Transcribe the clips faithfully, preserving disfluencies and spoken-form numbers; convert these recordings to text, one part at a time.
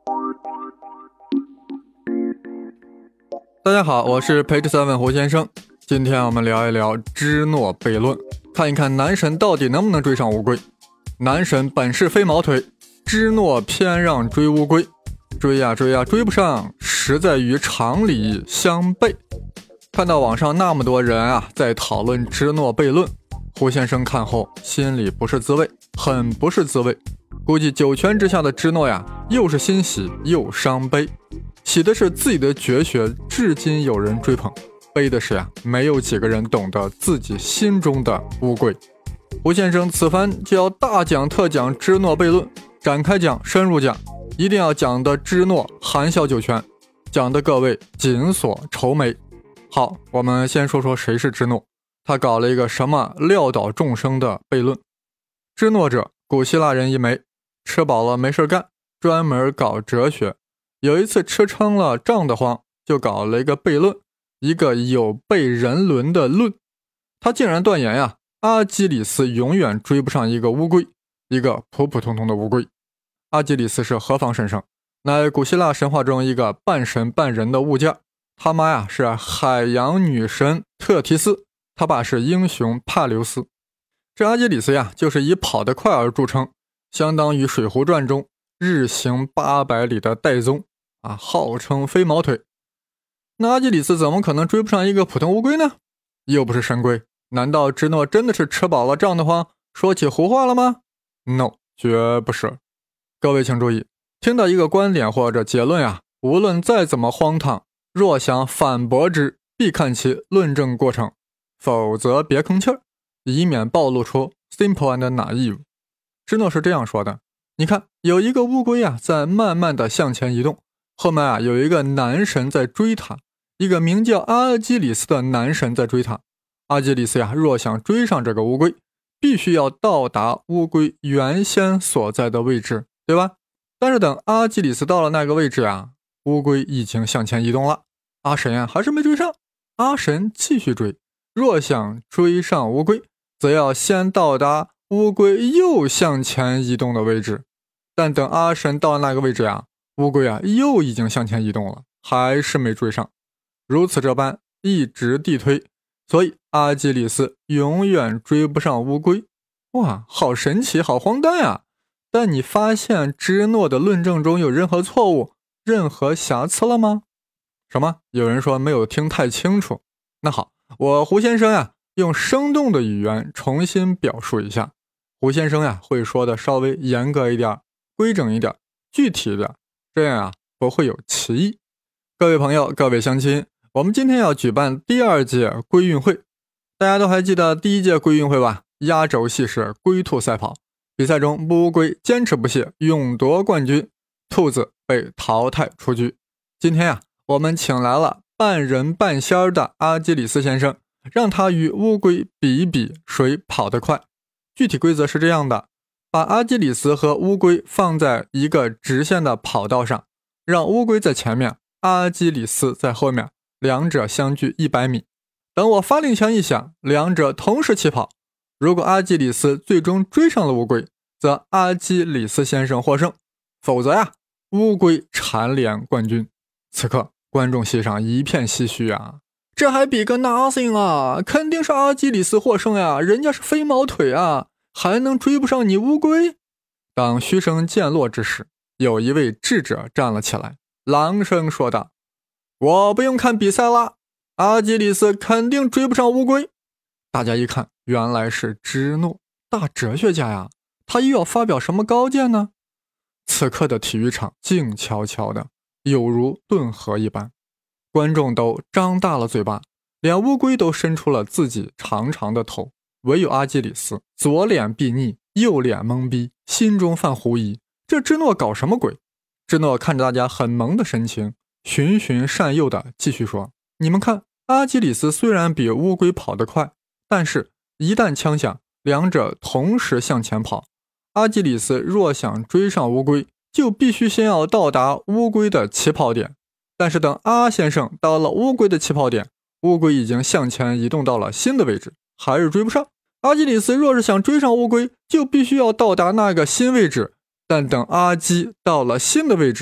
大家好，我是Page Seven胡先生。今天我们聊一聊芝诺悖论，看一看男神到底能不能追上乌龟。男神本是飞毛腿，芝诺偏让追乌龟，追呀追呀追不上，实在与常理相悖。看到网上那么多人啊在讨论芝诺悖论，胡先生看后心里不是滋味，很不是滋味。估计九泉之下的芝诺呀，又是欣喜又伤悲。喜的是自己的绝学至今有人追捧，悲的是呀，没有几个人懂得自己心中的乌龟。胡先生此番就要大讲特讲芝诺悖论，展开讲，深入讲，一定要讲的芝诺含笑九泉，讲的各位紧锁愁眉。好，我们先说说谁是芝诺，他搞了一个什么撂倒众生的悖论。芝诺者，古希腊人一枚，吃饱了没事干，专门搞哲学。有一次吃撑了胀得慌，就搞了一个悖论，一个有悖人伦的论。他竟然断言呀，阿基里斯永远追不上一个乌龟，一个普普通通的乌龟。阿基里斯是何方神圣？乃古希腊神话中一个半神半人的物件。他妈呀是海洋女神特提斯，他爸是英雄帕留斯。这阿基里斯呀，就是以跑得快而著称，相当于水浒传中日行八百里的戴宗啊，号称飞毛腿。那阿基里斯怎么可能追不上一个普通乌龟呢？又不是神龟，难道芝诺真的是吃饱了胀得慌，说起胡话了吗？ No， 绝不是。各位请注意，听到一个观点或者结论呀，无论再怎么荒唐，若想反驳之，必看其论证过程，否则别吭气儿，以免暴露出 simple and naive。 芝诺是这样说的，你看有一个乌龟啊在慢慢的向前移动，后面啊有一个男神在追他，一个名叫阿基里斯的男神在追他。阿基里斯呀若想追上这个乌龟，必须要到达乌龟原先所在的位置，对吧？但是等阿基里斯到了那个位置啊，乌龟已经向前移动了，阿神啊还是没追上。阿神继续追，若想追上乌龟，则要先到达乌龟又向前移动的位置。但等阿神到那个位置呀，乌龟啊又已经向前移动了，还是没追上。如此这般一直递推，所以阿基里斯永远追不上乌龟。哇，好神奇，好荒诞呀！但你发现芝诺的论证中有任何错误，任何瑕疵了吗？什么？有人说没有听太清楚。那好，我胡先生呀，用生动的语言重新表述一下。胡先生呀，会说的稍微严格一点，规整一点，具体一点，这样啊不会有歧义。各位朋友，各位乡亲，我们今天要举办第二届龟运会，大家都还记得第一届龟运会吧？压轴戏是龟兔赛跑，比赛中乌龟坚持不懈，勇夺冠军，兔子被淘汰出局。今天呀，我们请来了半人半仙的阿基里斯先生，让他与乌龟比一比谁跑得快。具体规则是这样的，把阿基里斯和乌龟放在一个直线的跑道上，让乌龟在前面，阿基里斯在后面，两者相距一百米。等我发令枪一响，两者同时起跑。如果阿基里斯最终追上了乌龟，则阿基里斯先生获胜，否则呀，乌龟蝉联冠军。此刻观众席上一片唏嘘啊，这还比个 nothing 啊，肯定是阿基里斯获胜呀，人家是飞毛腿啊，还能追不上你乌龟？当嘘声渐落之时，有一位智者站了起来，朗声说道，我不用看比赛啦，阿基里斯肯定追不上乌龟。大家一看，原来是芝诺，大哲学家呀，他又要发表什么高见呢？此刻的体育场静悄悄的，有如顿河一般，观众都张大了嘴巴，连乌龟都伸出了自己长长的头，唯有阿基里斯左脸睥睨，右脸懵逼，心中犯狐疑，这芝诺搞什么鬼？芝诺看着大家很萌的神情，循循善诱的继续说，你们看，阿基里斯虽然比乌龟跑得快，但是一旦枪响，两者同时向前跑，阿基里斯若想追上乌龟，就必须先要到达乌龟的起跑点。但是等阿先生到了乌龟的起跑点，乌龟已经向前移动到了新的位置，还是追不上。阿基里斯若是想追上乌龟，就必须要到达那个新位置，但等阿基到了新的位置，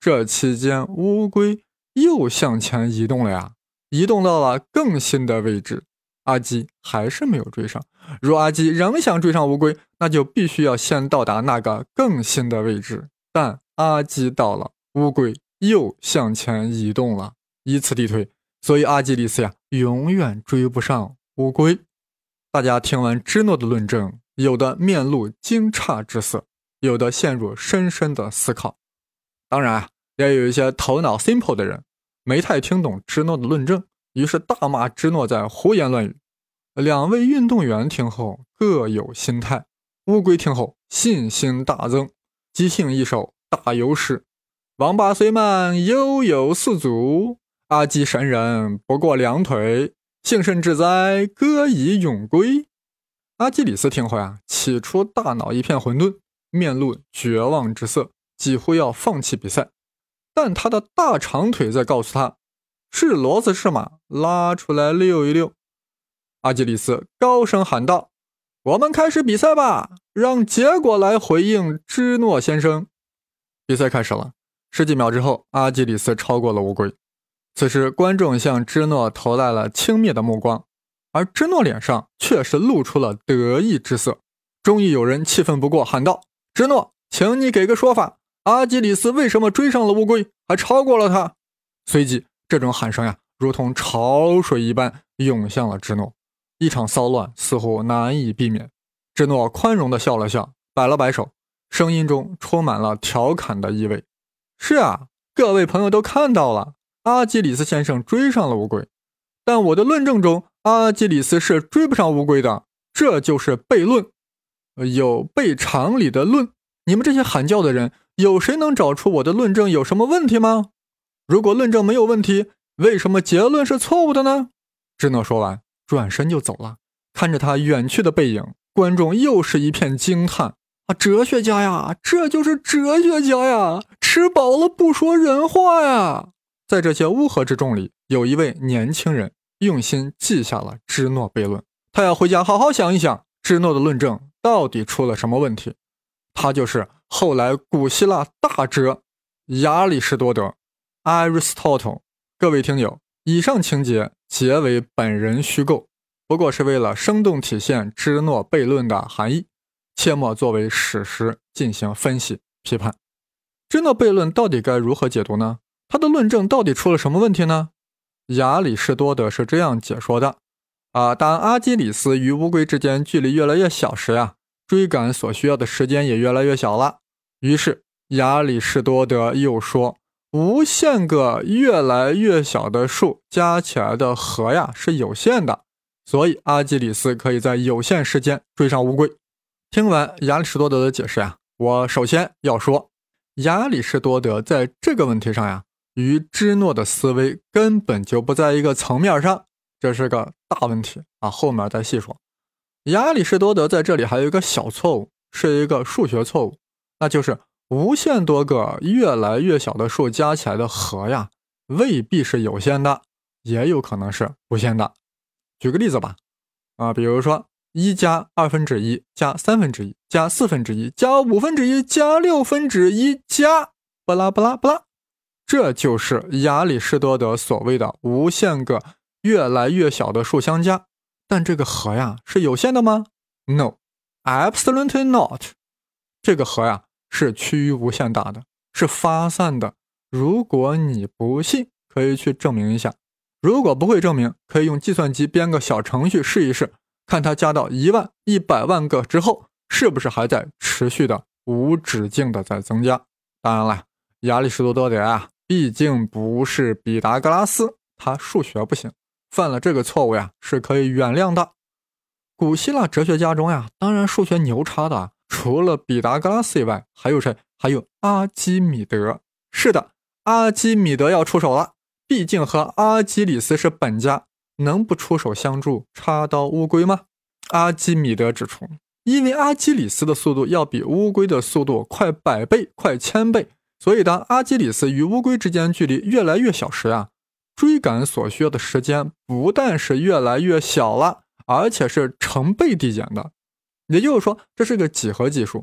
这期间乌龟又向前移动了呀，移动到了更新的位置。阿基还是没有追上，若阿基仍想追上乌龟，那就必须要先到达那个更新的位置。但阿基到了，乌龟又向前移动了，以此类推，所以阿基里斯呀永远追不上乌龟。大家听完芝诺的论证，有的面露惊诧之色，有的陷入深深的思考。当然啊，也有一些头脑 simple 的人没太听懂芝诺的论证，于是大骂芝诺在胡言乱语。两位运动员听后各有心态，乌龟听后信心大增，即兴一首打油诗：王八虽慢悠悠四足，阿基神人不过两腿，幸甚至哉歌以咏归。阿基里斯听后啊，起初大脑一片混沌，面露绝望之色，几乎要放弃比赛。但他的大长腿在告诉他，是骡子是马，拉出来溜一溜。阿基里斯高声喊道：我们开始比赛吧，让结果来回应芝诺先生。比赛开始了，十几秒之后，阿基里斯超过了乌龟。此时观众向芝诺投来了轻蔑的目光，而芝诺脸上却是露出了得意之色。终于有人气愤不过，喊道：芝诺，请你给个说法，阿基里斯为什么追上了乌龟，还超过了他？随即这种喊声呀，如同潮水一般涌向了芝诺，一场骚乱似乎难以避免。芝诺宽容地笑了笑，摆了摆手，声音中充满了调侃的意味。是啊，各位朋友都看到了，阿基里斯先生追上了乌龟，但我的论证中，阿基里斯是追不上乌龟的，这就是悖论，有悖常理的论。你们这些喊叫的人，有谁能找出我的论证有什么问题吗？如果论证没有问题，为什么结论是错误的呢？芝诺说完，转身就走了。看着他远去的背影，观众又是一片惊叹啊！哲学家呀，这就是哲学家呀，吃饱了不说人话呀！在这些乌合之众里，有一位年轻人用心记下了芝诺悖论，他要回家好好想一想，芝诺的论证到底出了什么问题。他就是后来古希腊大哲亚里士多德 Aristotle。 各位听友，以上情节皆为本人虚构，不过是为了生动体现芝诺悖论的含义，切莫作为史实进行分析批判。芝诺悖论到底该如何解读呢？他的论证到底出了什么问题呢？亚里士多德是这样解说的啊，当阿基里斯与乌龟之间距离越来越小时呀，追赶所需要的时间也越来越小了。于是亚里士多德又说，无限个越来越小的数加起来的和呀是有限的，所以阿基里斯可以在有限时间追上乌龟。听完亚里士多德的解释呀，我首先要说，亚里士多德在这个问题上呀，与芝诺的思维根本就不在一个层面上，这是个大问题啊，后面再细说。亚里士多德在这里还有一个小错误，是一个数学错误，那就是无限多个越来越小的数加起来的和呀，未必是有限的，也有可能是无限的。举个例子吧，啊，比如说一加二分之一加三分之一加四分之一加五分之一加六分之一加巴拉巴拉巴拉，这就是亚里士多德所谓的无限个越来越小的数相加。但这个和呀是有限的吗？ No, absolutely not。 这个和呀是趋于无限大的，是发散的。如果你不信，可以去证明一下。如果不会证明，可以用计算机编个小程序试一试，看它加到一万、一百万个之后，是不是还在持续的无止境的在增加。当然了，亚里士多德啊，毕竟不是毕达哥拉斯，他数学不行，犯了这个错误呀是可以原谅的。古希腊哲学家中呀，当然数学牛叉的除了毕达哥拉斯以外，还有谁？还有阿基米德。是的，阿基米德要出手了，毕竟和阿基里斯是本家，能不出手相助插刀乌龟吗？阿基米德指出，因为阿基里斯的速度要比乌龟的速度快百倍快千倍，所以当阿基里斯与乌龟之间距离越来越小时啊，追赶所需要的时间不但是越来越小了，而且是成倍递减的。也就是说，这是个几何技术，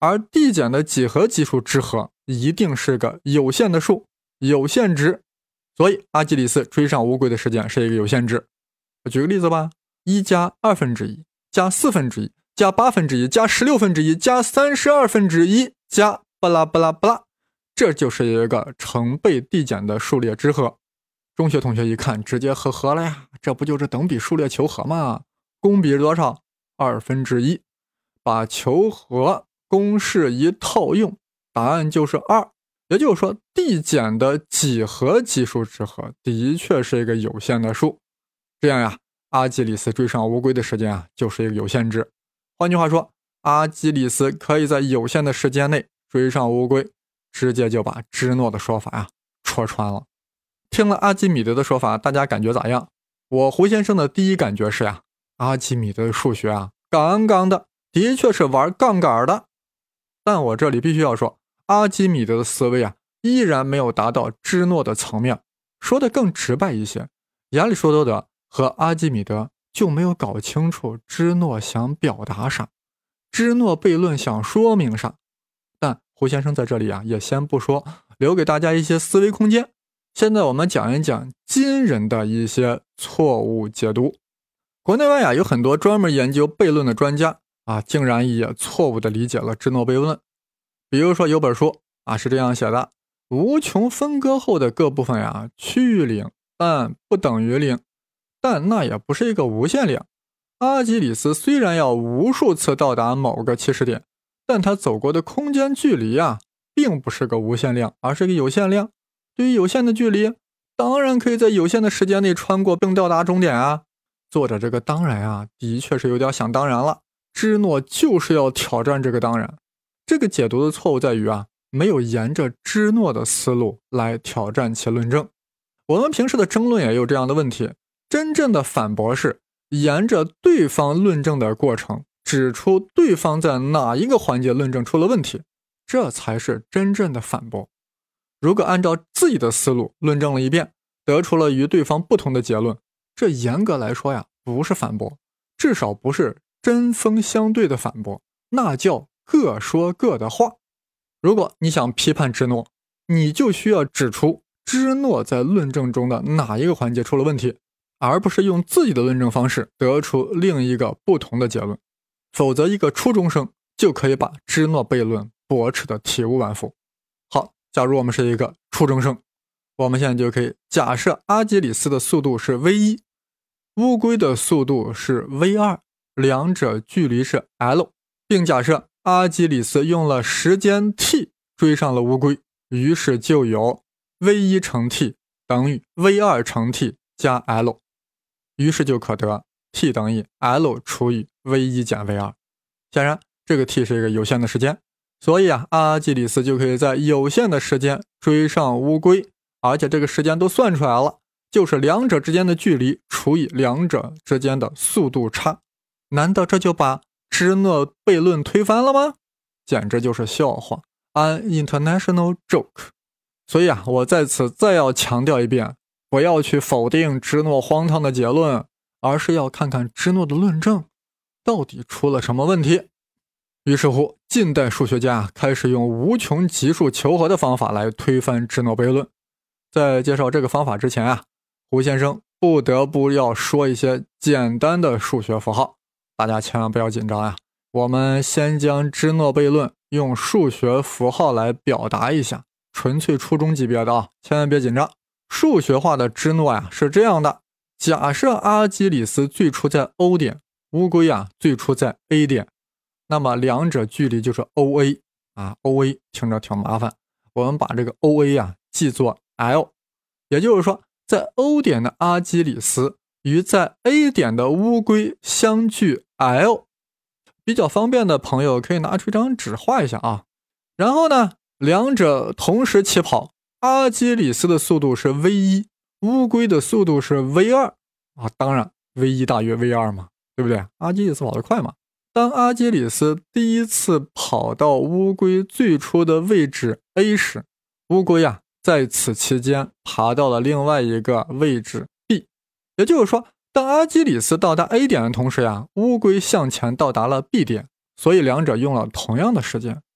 而递减的几何级数之和一定是个有限的数，有限值，所以阿基里斯追上乌龟的时间是一个有限值。我举个例子吧，一加二分之一加四分之一加八分之一加十六分之一加三十二分之一加巴拉巴拉巴拉，这就是一个成倍递减的数列之和。中学同学一看直接和和了呀，这不就是等比数列求和吗？公比是多少？二分之一。把求和公式一套用，答案就是二。也就是说，递减的几何级数之和的确是一个有限的数。这样呀，阿基里斯追上乌龟的时间啊，就是一个有限值。换句话说，阿基里斯可以在有限的时间内追上乌龟，直接就把芝诺的说法呀戳穿了。听了阿基米德的说法，大家感觉咋样？我胡先生的第一感觉是呀，阿基米德的数学啊，杠杠的，的确是玩杠杆的。但我这里必须要说，阿基米德的思维啊，依然没有达到芝诺的层面。说的更直白一些，亚里士多德和阿基米德就没有搞清楚芝诺想表达啥，芝诺悖论想说明啥。但胡先生在这里啊，也先不说，留给大家一些思维空间。现在我们讲一讲今人的一些错误解读。国内外啊，有很多专门研究悖论的专家啊，竟然也错误地理解了芝诺悖论。比如说有本书啊是这样写的：无穷分割后的各部分呀趋于零，但不等于零，但那也不是一个无限量。阿基里斯虽然要无数次到达某个起始点，但他走过的空间距离啊，并不是个无限量，而是个有限量。对于有限的距离，当然可以在有限的时间内穿过并到达终点啊。作者这个当然啊，的确是有点想当然了。芝诺就是要挑战这个当然。这个解读的错误在于啊，没有沿着芝诺的思路来挑战其论证。我们平时的争论也有这样的问题，真正的反驳是沿着对方论证的过程，指出对方在哪一个环节论证出了问题，这才是真正的反驳。如果按照自己的思路论证了一遍，得出了与对方不同的结论，这严格来说呀，不是反驳，至少不是针锋相对的反驳，那叫各说各的话。如果你想批判芝诺，你就需要指出芝诺在论证中的哪一个环节出了问题，而不是用自己的论证方式得出另一个不同的结论。否则一个初中生就可以把芝诺悖论驳斥的体无完肤。好，假如我们是一个初中生，我们现在就可以假设阿基里斯的速度是 v 一， 乌龟的速度是 v 二， 两者距离是 l， 并假设阿基里斯用了时间 t 追上了乌龟，于是就有 v 一 乘 t 等于 v 二 乘 t 加 l， 于是就可得 t 等于 l 除以 v 一 减 v 二。 显然这个 t 是一个有限的时间，所以啊，阿基里斯就可以在有限的时间追上乌龟，而且这个时间都算出来了，就是两者之间的距离除以两者之间的速度差。难道这就把芝诺悖论推翻了吗？简直就是笑话， An international joke。 所以啊，我在此再要强调一遍，不要去否定芝诺荒唐的结论，而是要看看芝诺的论证到底出了什么问题。于是乎，近代数学家开始用无穷级数求和的方法来推翻芝诺悖论。在介绍这个方法之前啊，胡先生不得不要说一些简单的数学符号，大家千万不要紧张呀。我们先将芝诺悖论用数学符号来表达一下，纯粹初中级别的啊，千万别紧张。数学化的芝诺呀是这样的：假设阿基里斯最初在 O 点，乌龟啊最初在 A 点，那么两者距离就是 O A 啊 ，O A 听着挺麻烦，我们把这个 O A 啊记作 L， 也就是说，在 O 点的阿基里斯与在 A 点的乌龟相距 L。 比较方便的朋友可以拿出一张纸画一下啊。然后呢，两者同时起跑，阿基里斯的速度是 v 一， 乌龟的速度是 v 二 啊，当然 v 一 大于 v 二 嘛，对不对？阿基里斯跑得快嘛。当阿基里斯第一次跑到乌龟最初的位置 A 时，乌龟啊在此期间爬到了另外一个位置 B， 也就是说，当阿基里斯到达 A 点的同时呀，乌龟向前到达了 B 点，所以两者用了同样的时间。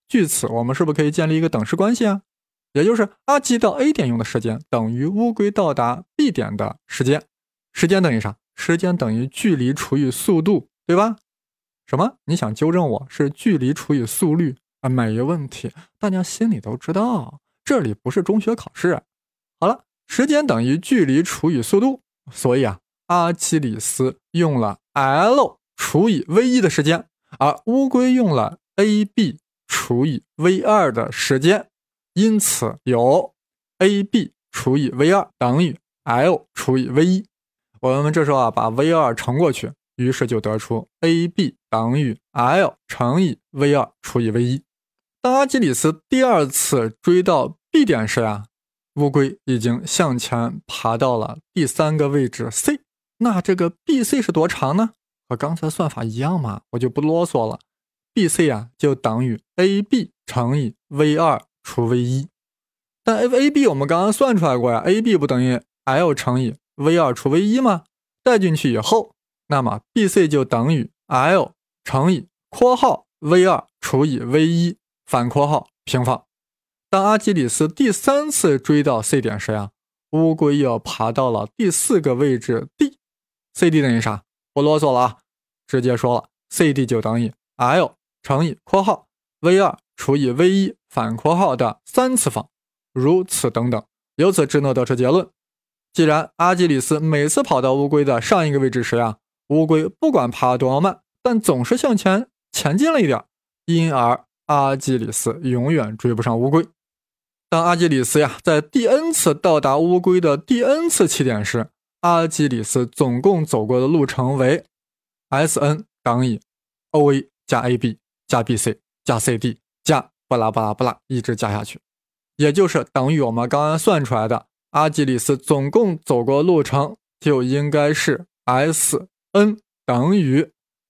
据此我们是不是可以建立一个等式关系啊？也就是阿基到 A 点用的时间等于乌龟到达 B 点的时间。时间等于啥？时间等于距离除以速度，对吧？什么？你想纠正我是距离除以速率啊？没问题，大家心里都知道，这里不是中学考试。好了，时间等于距离除以速度，所以啊，阿基里斯用了 L 除以 V 一 的时间，而乌龟用了 A B 除以 V 二 的时间，因此有 A B 除以 V 二 等于 L 除以 V 一。我们这时候啊，把 V 二 乘过去，于是就得出 A B 等于 L 乘以 V 二 除以 V 一。当阿基里斯第二次追到 B 点时啊，乌龟已经向前爬到了第三个位置 C。 那这个 B C 是多长呢？和刚才算法一样嘛，我就不啰嗦了。 B C 啊就等于 A B 乘以 V 二 除 V 一。 但 A B 我们刚刚算出来过呀， A B 不等于 L 乘以 V 二 除 V 一 吗？带进去以后，那么 B C 就等于 L 乘以括号 V 二 除以 V 一 反括号平方。当阿基里斯第三次追到 C 点时呀，乌龟又爬到了第四个位置 D。 C D 等于啥？不啰嗦了啊，直接说了， C D 就等于 L 乘以括号 V 二 除以 V 一 反括号的三次方，如此等等。由此芝诺得出结论，既然阿基里斯每次跑到乌龟的上一个位置时呀，乌龟不管爬多慢，但总是向前前进了一点，因而阿基里斯永远追不上乌龟。当阿基里斯呀在第 n 次到达乌龟的第 n 次起点时，阿基里斯总共走过的路程为 S N 等于 O A 加 A B 加 B C 加 C D 加巴拉巴拉巴拉一直加下去，也就是等于我们刚刚算出来的阿基里斯总共走过路程就应该是 S N 等于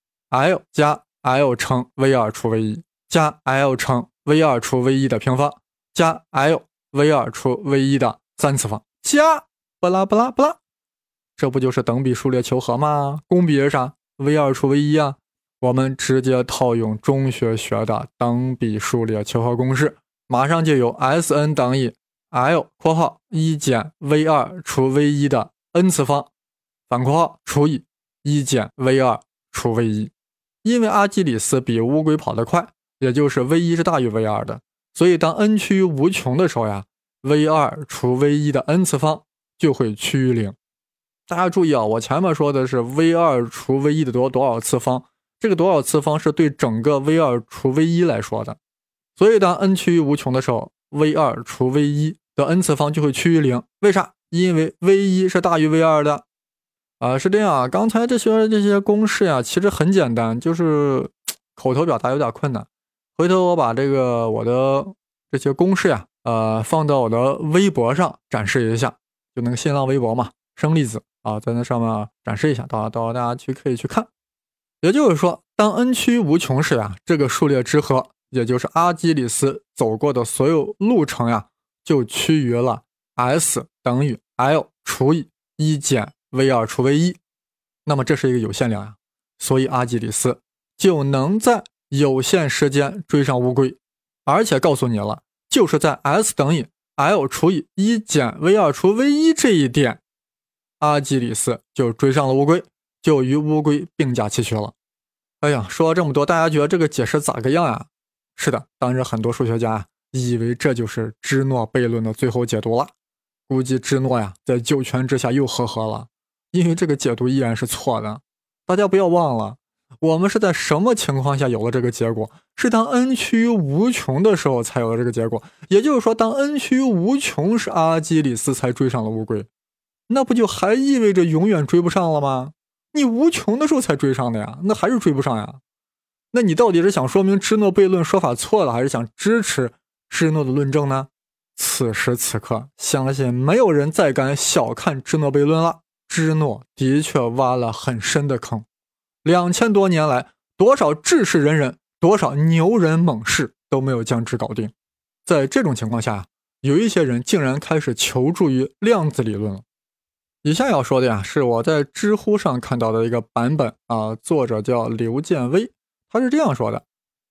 L 加 L 乘 V 二 除 V 一 加 L 乘 V 二 除 V 一 的平方加 L V 二 除 V 一 的三次方加巴拉巴拉巴拉。这不就是等比数列求和吗？公比是啥？ V 二 除 V 一 啊。我们直接套用中学学的等比数列求和公式，马上就有 S N 等于 L 括号一减 V 二 除 V 一 的 n 次方反括号除以一减 V 二 除 V 一。 因为阿基里斯比乌龟跑得快，也就是 V 一 是大于 V 二 的，所以当 n 趋于无穷的时候呀， V 二 除 V 一 的 n 次方就会趋于零。大家注意啊，我前面说的是 V 二 除 V 一 的多多少次方，这个多少次方是对整个 V 二 除 V 一 来说的。所以当 n 趋于无穷的时候， V 二 除 V 一 的 n 次方就会趋于零。为啥？因为 V 一 是大于 V 二 的。啊，是这样啊，刚才这些这些公式呀，其实很简单，就是口头表达有点困难。回头我把这个我的这些公式呀，呃，放到我的微博上展示一下，就那个新浪微博嘛，生粒子啊，在那上面展示一下，到到大家去可以去看。也就是说，当 n 趋无穷时呀，这个数列之和，也就是阿基里斯走过的所有路程呀，就趋于了 S 等于 L 除以一减 V 二 除 V 一。那么这是一个有限量呀，所以阿基里斯就能在有限时间追上乌龟，而且告诉你了，就是在 S 等于 L 除以一减 V 二 除 V 一 这一点，阿基里斯就追上了乌龟，就与乌龟并驾齐驱了。哎呀，说了这么多，大家觉得这个解释咋个样呀？是的，当时很多数学家啊，以为这就是芝诺悖论的最后解读了。估计芝诺呀，在九泉之下又呵呵了，因为这个解读依然是错的。大家不要忘了，我们是在什么情况下有了这个结果？是当 n 趋于无穷的时候才有了这个结果。也就是说，当 n 趋于无穷时，阿基里斯才追上了乌龟。那不就还意味着永远追不上了吗？你无穷的时候才追上的呀，那还是追不上呀。那你到底是想说明芝诺悖论说法错了，还是想支持芝诺的论证呢？此时此刻，相信没有人再敢小看芝诺悖论了。芝诺的确挖了很深的坑，两千多年来，多少志士仁人，多少牛人猛士都没有将之搞定。在这种情况下，有一些人竟然开始求助于量子理论了。以下要说的呀，是我在知乎上看到的一个版本啊，作者叫刘建威，他是这样说的：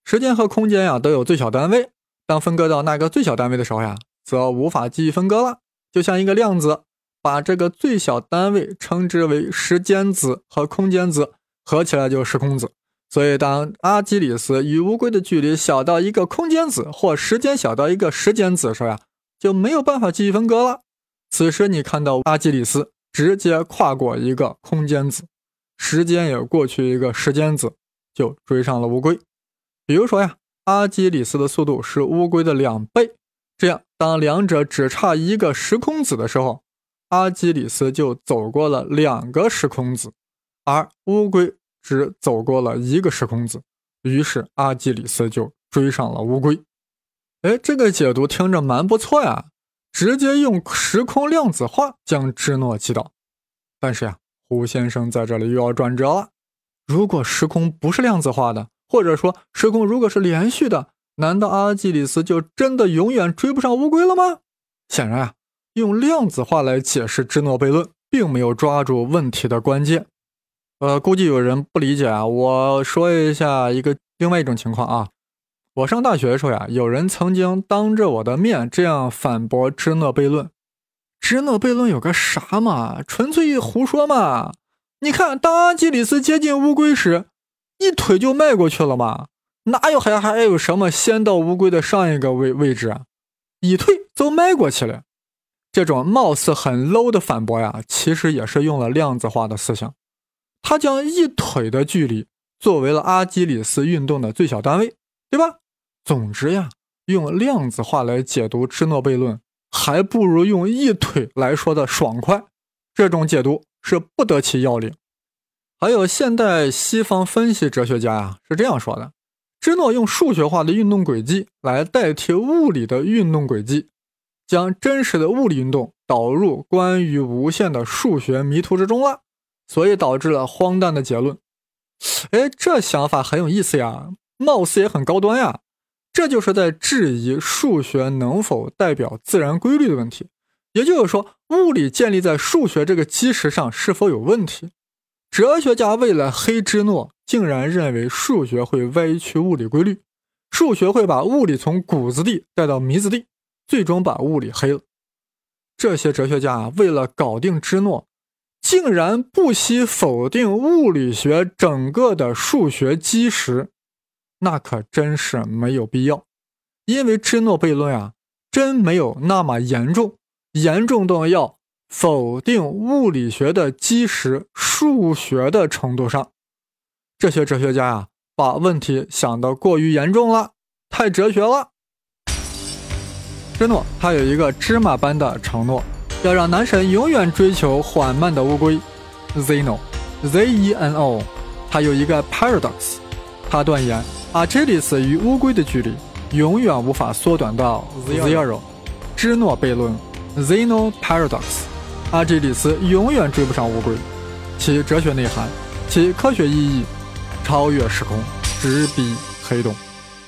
时间和空间呀都有最小单位，当分割到那个最小单位的时候呀，则无法继续分割了。就像一个量子，把这个最小单位称之为时间子和空间子，合起来就是时空子。所以当阿基里斯与乌龟的距离小到一个空间子或时间小到一个时间子的时候呀，就没有办法继续分割了。此时你看到阿基里斯直接跨过一个空间子，时间也过去一个时间子，就追上了乌龟。比如说呀，阿基里斯的速度是乌龟的两倍，这样当两者只差一个时空子的时候，阿基里斯就走过了两个时空子，而乌龟只走过了一个时空子，于是阿基里斯就追上了乌龟。哎，这个解读听着蛮不错呀，直接用时空量子化将芝诺击倒。但是呀，胡先生在这里又要转折了。如果时空不是量子化的，或者说时空如果是连续的，难道阿基里斯就真的永远追不上乌龟了吗？显然啊，用量子化来解释芝诺悖论并没有抓住问题的关键。呃，估计有人不理解啊，我说一下一个另外一种情况啊。我上大学的时候呀，有人曾经当着我的面这样反驳芝诺悖论。芝诺悖论有个啥嘛，纯粹胡说嘛。你看，当阿基里斯接近乌龟时，一腿就迈过去了嘛，哪有还还有什么先到乌龟的上一个位位置啊？一腿就迈过去了。这种貌似很 low 的反驳呀，其实也是用了量子化的思想。他将一腿的距离作为了阿基里斯运动的最小单位，对吧？总之呀，用量子化来解读芝诺悖论，还不如用一腿来说的爽快。这种解读是不得其要领。还有现代西方分析哲学家呀，是这样说的：芝诺用数学化的运动轨迹来代替物理的运动轨迹，将真实的物理运动导入关于无限的数学迷途之中了，所以导致了荒诞的结论。哎，这想法很有意思呀，貌似也很高端呀。这就是在质疑数学能否代表自然规律的问题，也就是说，物理建立在数学这个基石上是否有问题。哲学家为了黑芝诺，竟然认为数学会歪曲物理规律，数学会把物理从谷子地带到糜子地，最终把物理黑了。这些哲学家为了搞定芝诺，竟然不惜否定物理学整个的数学基石，那可真是没有必要。因为芝诺悖论啊，真没有那么严重，严重到要否定物理学的基石数学的程度上。这些哲学家啊，把问题想得过于严重了，太哲学了。芝诺他有一个芝麻般的承诺，要让男神永远追求缓慢的乌龟 Zeno Z E N O。 他有一个 paradox， 他断言阿基里斯与乌龟的距离永远无法缩短到 zero。 芝诺悖论 Zeno paradox， 阿基里斯永远追不上乌龟。其哲学内涵，其科学意义，超越时空，直逼黑洞。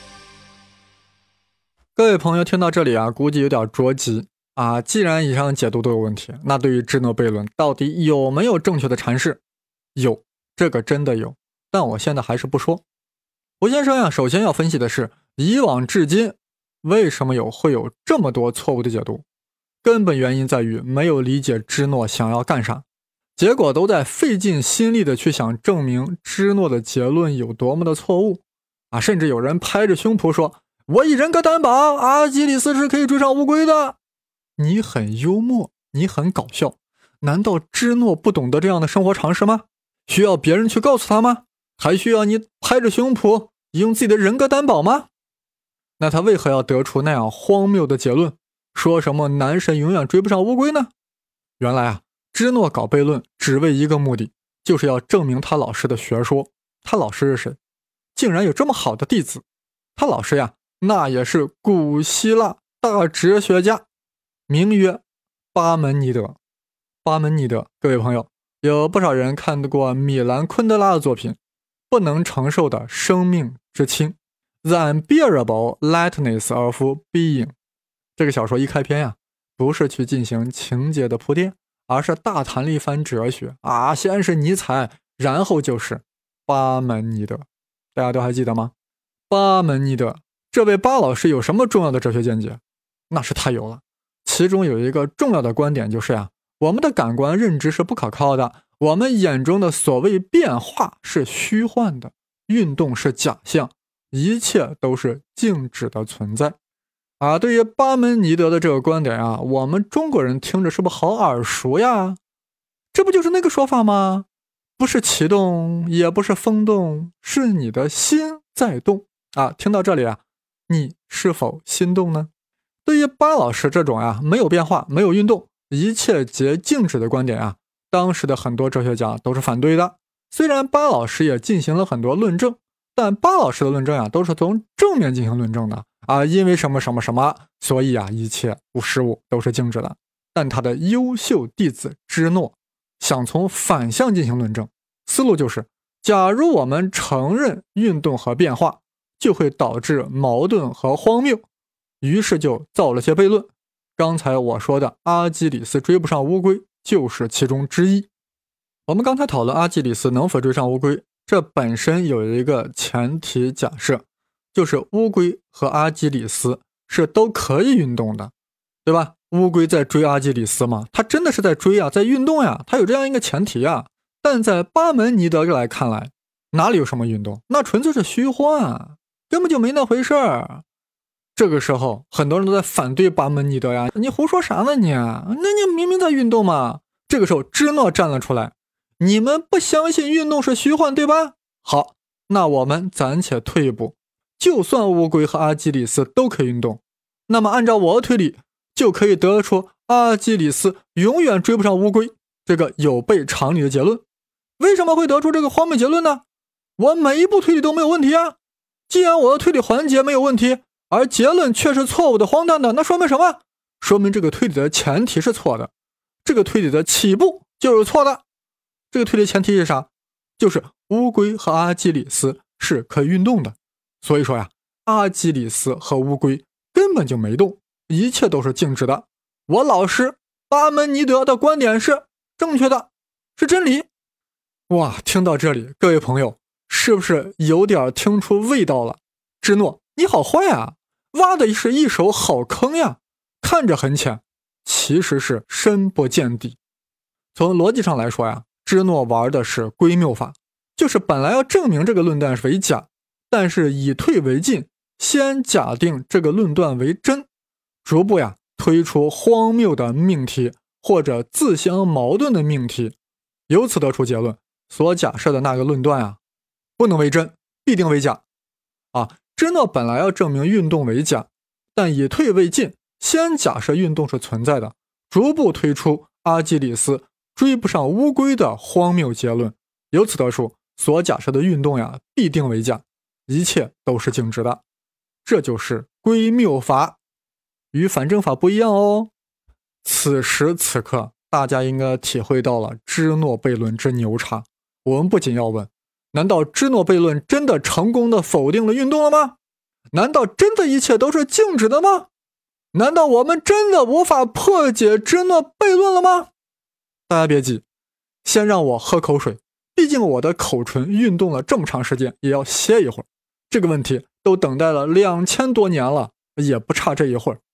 各位朋友听到这里啊，估计有点着急啊。既然以上解读都有问题，那对于芝诺悖论到底有没有正确的阐释？有，这个真的有，但我现在还是不说。胡先生呀，首先要分析的是，以往至今为什么有会有这么多错误的解读？根本原因在于没有理解芝诺想要干啥，结果都在费尽心力的去想证明芝诺的结论有多么的错误啊！甚至有人拍着胸脯说，我以人格担保，阿基里斯是可以追上乌龟的。你很幽默，你很搞笑，难道芝诺不懂得这样的生活常识吗？需要别人去告诉他吗？还需要你拍着胸脯用自己的人格担保吗？那他为何要得出那样荒谬的结论，说什么男神永远追不上乌龟呢？原来啊，芝诺搞悖论只为一个目的，就是要证明他老师的学说。他老师是谁？竟然有这么好的弟子。他老师呀，那也是古希腊大哲学家，名曰巴门尼德。巴门尼德，各位朋友，有不少人看过米兰昆德拉的作品《不能承受的生命之轻》 The Unbearable Lightness of Being。 这个小说一开篇呀，不是去进行情节的铺垫，而是大谈了一番哲学啊，先是尼采，然后就是巴门尼德，大家都还记得吗？ 巴门尼德，这位巴老师有什么重要的哲学见解？那是太有了。其中有一个重要的观点就是呀、啊，我们的感官认知是不可靠的，我们眼中的所谓变化是虚幻的，运动是假象，一切都是静止的存在。啊，对于巴门尼德的这个观点啊，我们中国人听着是不是好耳熟呀？这不就是那个说法吗？不是启动，也不是风动，是你的心在动啊！听到这里啊，你是否心动呢？对于巴老师这种啊没有变化、没有运动、一切皆静止的观点啊，当时的很多哲学家都是反对的。虽然巴老师也进行了很多论证，但巴老师的论证啊都是从正面进行论证的啊，因为什么什么什么，所以啊一切无事物都是静止的。但他的优秀弟子芝诺想从反向进行论证，思路就是假如我们承认运动和变化，就会导致矛盾和荒谬，于是就造了些悖论。刚才我说的阿基里斯追不上乌龟就是其中之一。我们刚才讨论阿基里斯能否追上乌龟，这本身有一个前提假设，就是乌龟和阿基里斯是都可以运动的，对吧？乌龟在追阿基里斯吗？它真的是在追啊，在运动呀，它有这样一个前提啊。但在巴门尼德来看来，哪里有什么运动？那纯粹是虚幻，根本就没那回事儿。这个时候，很多人都在反对巴门尼德呀，你胡说啥呢你？那你明明在运动嘛。这个时候，芝诺站了出来，你们不相信运动是虚幻，对吧？好，那我们暂且退一步，就算乌龟和阿基里斯都可以运动，那么按照我的推理，就可以得出阿基里斯永远追不上乌龟这个有悖常理的结论。为什么会得出这个荒谬结论呢？我每一步推理都没有问题啊。既然我的推理环节没有问题，而结论却是错误的、荒诞的，那说明什么？说明这个推理的前提是错的，这个推理的起步就是错的。这个推理前提是啥？就是乌龟和阿基里斯是可以运动的。所以说呀，阿基里斯和乌龟根本就没动，一切都是静止的。我老师巴门尼德的观点是正确的，是真理。哇，听到这里，各位朋友是不是有点听出味道了？芝诺，你好坏啊，挖的是一手好坑呀，看着很浅，其实是深不见底。从逻辑上来说呀，芝诺玩的是归谬法，就是本来要证明这个论断是为假，但是以退为进，先假定这个论断为真，逐步呀推出荒谬的命题或者自相矛盾的命题，由此得出结论，所假设的那个论断啊，不能为真，必定为假。啊，芝诺本来要证明运动为假，但以退为进，先假设运动是存在的，逐步推出阿基里斯追不上乌龟的荒谬结论，由此得出所假设的运动呀，必定为假，一切都是静止的。这就是归谬法，与反证法不一样哦。此时此刻，大家应该体会到了芝诺悖论之牛叉。我们不仅要问，难道芝诺悖论真的成功的否定了运动了吗？难道真的一切都是静止的吗？难道我们真的无法破解芝诺悖论了吗？大家别急，先让我喝口水，毕竟我的口唇运动了这么长时间，也要歇一会儿。这个问题都等待了两千多年了，也不差这一会儿。